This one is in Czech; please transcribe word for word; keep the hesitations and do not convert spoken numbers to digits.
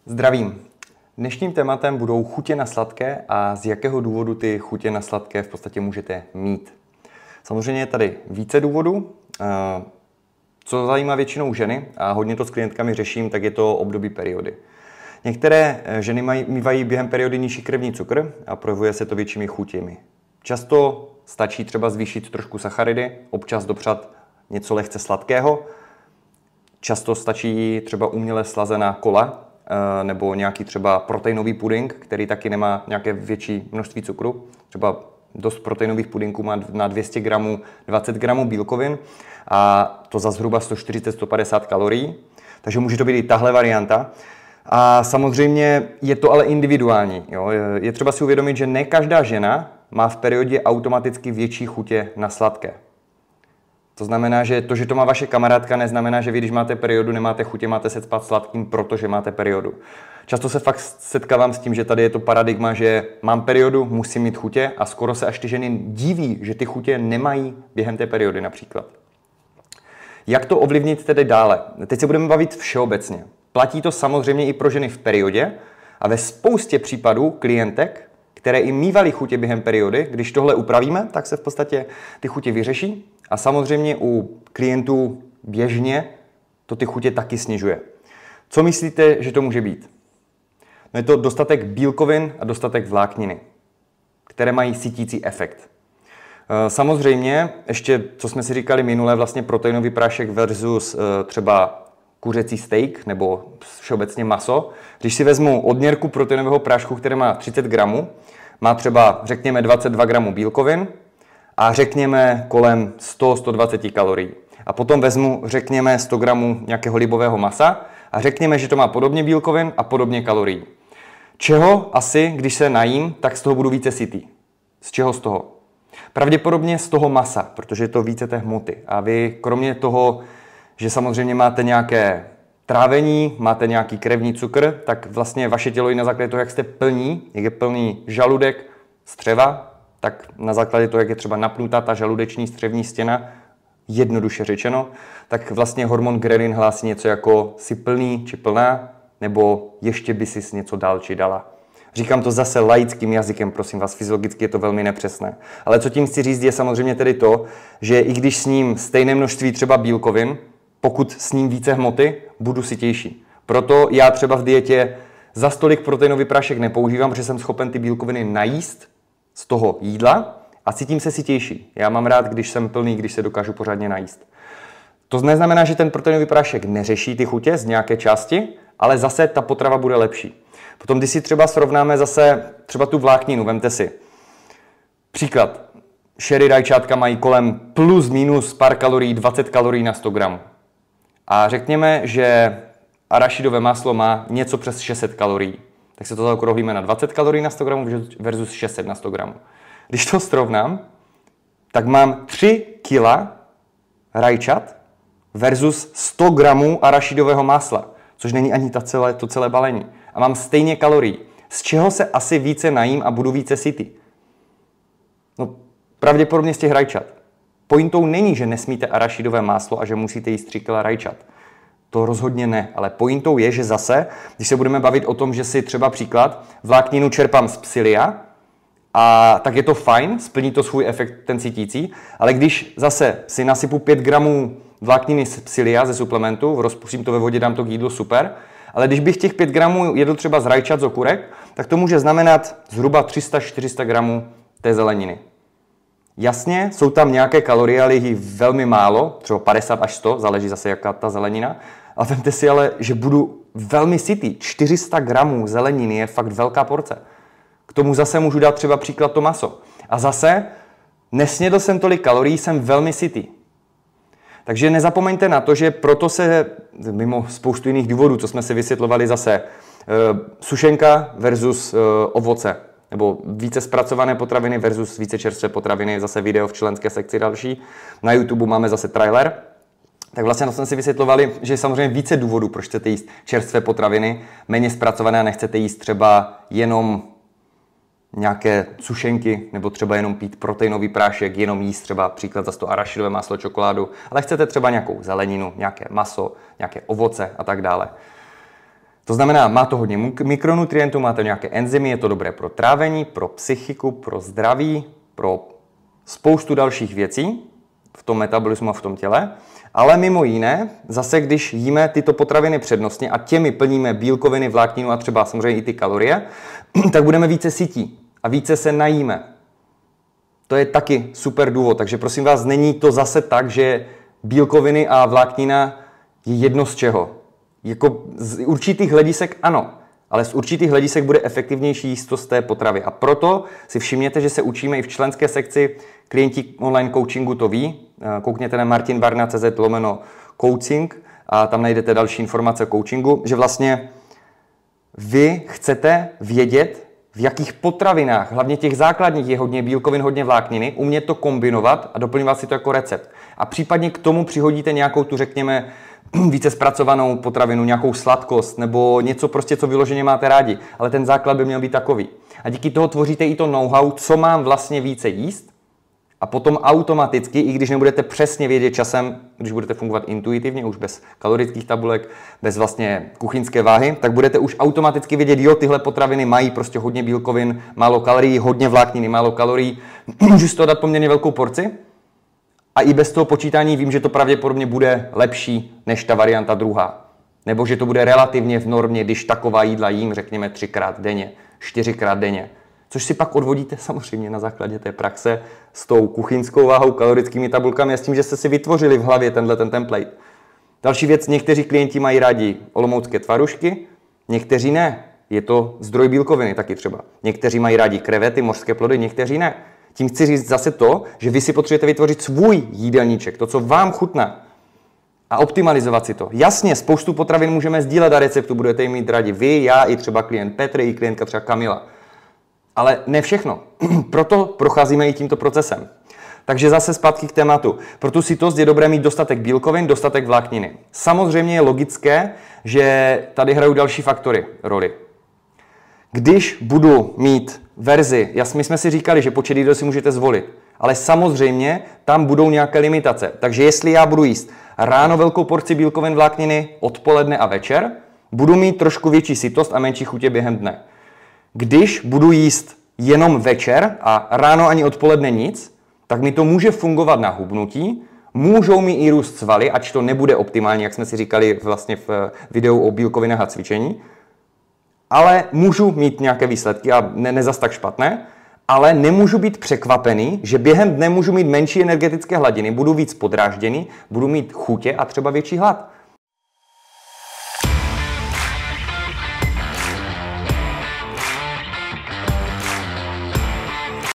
Zdravím. Dnešním tématem budou chutě na sladké a z jakého důvodu ty chutě na sladké v podstatě můžete mít. Samozřejmě je tady více důvodů. Co zajímá většinou ženy, a hodně to s klientkami řeším, tak je to období periody. Některé ženy mají, mývají během periody nižší krevní cukr a projevuje se to většími chutěmi. Často stačí třeba zvýšit trošku sacharidy, občas dopřát něco lehce sladkého. Často stačí třeba uměle slazená kola nebo nějaký třeba proteinový puding, který taky nemá nějaké větší množství cukru. Třeba dost proteinových pudingů má na dvě stě gramů dvacet gramů bílkovin a to za zhruba sto čtyřicet až sto padesát kalorií. Takže může to být i tahle varianta. A samozřejmě je to ale individuální. Jo? Je třeba si uvědomit, že ne každá žena má v periodě automaticky větší chutě na sladké. To znamená, že to, že to má vaše kamarádka, neznamená, že vy, když máte periodu, nemáte chutě, máte se spát sladkým, protože máte periodu. Často se fakt setkávám s tím, že tady je to paradigma, že mám periodu, musím mít chutě a skoro se až ty ženy diví, že ty chutě nemají během té periody například. Jak to ovlivnit tedy dále? Teď se budeme bavit všeobecně. Platí to samozřejmě i pro ženy v periodě a ve spoustě případů klientek, které i mývaly chutě během periody, když tohle upravíme, tak se v podstatě ty chutě vyřeší. A samozřejmě u klientů běžně to ty chutě taky snižuje. Co myslíte, že to může být? No je to dostatek bílkovin a dostatek vlákniny, které mají sytící efekt. Samozřejmě, ještě co jsme si říkali minule, vlastně proteinový prášek versus třeba kuřecí steak nebo všeobecně maso. Když si vezmu odměrku proteinového prášku, které má třicet gramů, má třeba řekněme dvacet dva gramů bílkovin, a řekněme kolem sto až sto dvacet kalorií. A potom vezmu, řekněme, sto gramů nějakého libového masa a řekněme, že to má podobně bílkovin a podobně kalorií. Čeho asi, když se najím, tak z toho budu více sytý. Z čeho z toho? Pravděpodobně z toho masa, protože je to více té hmoty. A vy kromě toho, že samozřejmě máte nějaké trávení, máte nějaký krevní cukr, tak vlastně vaše tělo i na základě toho, jak jste plní, jak je plný žaludek, střeva, tak na základě toho, jak je třeba napnutá ta žaludeční střevní stěna, jednoduše řečeno, tak vlastně hormon grelin hlásí něco jako si plný či plná, nebo ještě by si něco dal či dala. Říkám to zase laickým jazykem, prosím vás, fyziologicky je to velmi nepřesné. Ale co tím chci říct je samozřejmě tedy to, že i když s ním stejné množství třeba bílkovin, pokud s ním více hmoty, budu sytější. Proto já třeba v dietě za stolik proteinový prášek nepoužívám, protože jsem schopen ty bílkoviny najíst z toho jídla a cítím se sytější. Já mám rád, když jsem plný, když se dokážu pořádně najíst. To neznamená, že ten proteinový prášek neřeší ty chutě z nějaké části, ale zase ta potrava bude lepší. Potom, když si třeba srovnáme zase třeba tu vlákninu, vemte si. Příklad. Sherry rajčátka mají kolem plus minus pár kalorií, dvacet kalorií na sto gramů. A řekněme, že arašidové máslo má něco přes šest set kalorií. Tak se to zaokrouhlíme na dvacet kalorií na sto gramů versus šest set na sto gramů. Když to srovnám, tak mám tři kila rajčat versus sto gramů arašidového másla, což není ani ta celé, to celé balení. A mám stejně kalorií. Z čeho se asi více najím a budu více sytý? No, pravděpodobně z těch rajčat. Pointou není, že nesmíte arašidové máslo a že musíte jíst tři kila rajčat. To rozhodně ne, ale pointou je, že zase, když se budeme bavit o tom, že si třeba příklad vlákninu čerpám z psyllia, a tak je to fajn, splní to svůj efekt ten sytící, ale když zase si nasypu pět gramů vlákniny z psyllia ze suplementu, rozpustím to ve vodě, dám to k jídlu, super, ale když bych těch pět gramů jedl třeba z rajčat, z okurek, tak to může znamenat zhruba tři sta až čtyři sta gramů té zeleniny. Jasně, jsou tam nějaké kalorie, ale jich velmi málo, třeba padesát až sto, záleží zase jaká ta zelenina. A vemte si ale, že budu velmi sytý. čtyři sta gramů zeleniny je fakt velká porce. K tomu zase můžu dát třeba příklad to maso. A zase, nesnědl jsem tolik kalorií, jsem velmi sytý. Takže nezapomeňte na to, že proto se, mimo spoustu jiných důvodů, co jsme si vysvětlovali zase, sušenka versus ovoce. Nebo více zpracované potraviny versus více čerstvé potraviny, zase video v členské sekci další. Na YouTube máme zase trailer. Tak vlastně to jsme si vysvětlovali, že je samozřejmě více důvodů, proč chcete jíst čerstvé potraviny, méně zpracované a nechcete jíst třeba jenom nějaké sušenky, nebo třeba jenom pít proteinový prášek, jenom jíst třeba příklad za to arašidové máslo, čokoládu, ale chcete třeba nějakou zeleninu, nějaké maso, nějaké ovoce a tak dále. To znamená, má to hodně mikronutrientů, má to nějaké enzymy, je to dobré pro trávení, pro psychiku, pro zdraví, pro spoustu dalších věcí v tom metabolismu a v tom těle. Ale mimo jiné, zase když jíme tyto potraviny přednostně a těmi plníme bílkoviny, vlákninu a třeba samozřejmě i ty kalorie, tak budeme více sytí a více se najíme. To je taky super důvod, takže prosím vás, není to zase tak, že bílkoviny a vláknina je jedno z čeho. Jako z určitých hledisek ano, ale z určitých hledisek bude efektivnější jíst z té potravy. A proto si všimněte, že se učíme i v členské sekci, klienti online coachingu to ví, koukněte na martinbarna tečka cz lomeno coaching a tam najdete další informace o coachingu, že vlastně vy chcete vědět, v jakých potravinách, hlavně těch základních, je hodně bílkovin, hodně vlákniny, umět to kombinovat a doplňovat si to jako recept. A případně k tomu přihodíte nějakou tu, řekněme, více zpracovanou potravinu, nějakou sladkost nebo něco prostě, co vyloženě máte rádi. Ale ten základ by měl být takový. A díky toho tvoříte i to know-how, co mám vlastně více jíst. A potom automaticky, i když nebudete přesně vědět časem, když budete fungovat intuitivně, už bez kalorických tabulek, bez vlastně kuchyňské váhy, tak budete už automaticky vědět, jo, tyhle potraviny mají prostě hodně bílkovin, málo kalorií, hodně vlákniny, málo kalorií. Můžu z toho dát poměrně velkou porci. A i bez toho počítání vím, že to pravděpodobně bude lepší než ta varianta druhá. Nebo že to bude relativně v normě, když taková jídla jím, řekněme, třikrát denně, čtyřikrát denně. Což si pak odvodíte samozřejmě na základě té praxe s tou kuchyňskou váhou, kalorickými tabulkami a s tím, že jste si vytvořili v hlavě tenhle ten template. Další věc, někteří klienti mají rádi olomoucké tvarušky, někteří ne. Je to zdroj bílkoviny taky třeba. Někteří mají rádi krevety, mořské plody, někteří ne. Tím chci říct zase to, že vy si potřebujete vytvořit svůj jídelníček, to, co vám chutná. A optimalizovat si to. Jasně, spoustu potravin můžeme sdílet a receptu budete mít rádi vy, já i třeba klient Petr, i klientka třeba Kamila. Ale ne všechno. Proto procházíme i tímto procesem. Takže zase zpátky k tématu. Pro tu sytost je dobré mít dostatek bílkovin, dostatek vlákniny. Samozřejmě je logické, že tady hrají další faktory roli. Když budu mít verzi, jasně, my jsme si říkali, že počet jídel si můžete zvolit, ale samozřejmě tam budou nějaké limitace. Takže jestli já budu jíst ráno velkou porci bílkovin, vlákniny, odpoledne a večer, budu mít trošku větší sytost a menší chutě během dne. Když budu jíst jenom večer a ráno ani odpoledne nic, tak mi to může fungovat na hubnutí, můžou mi i růst svaly, ač to nebude optimální, jak jsme si říkali vlastně v videu o bílkovinách a cvičení, ale můžu mít nějaké výsledky a ne, ne zas tak špatné, ale nemůžu být překvapený, že během dne můžu mít menší energetické hladiny, budu víc podrážděný, budu mít chutě a třeba větší hlad.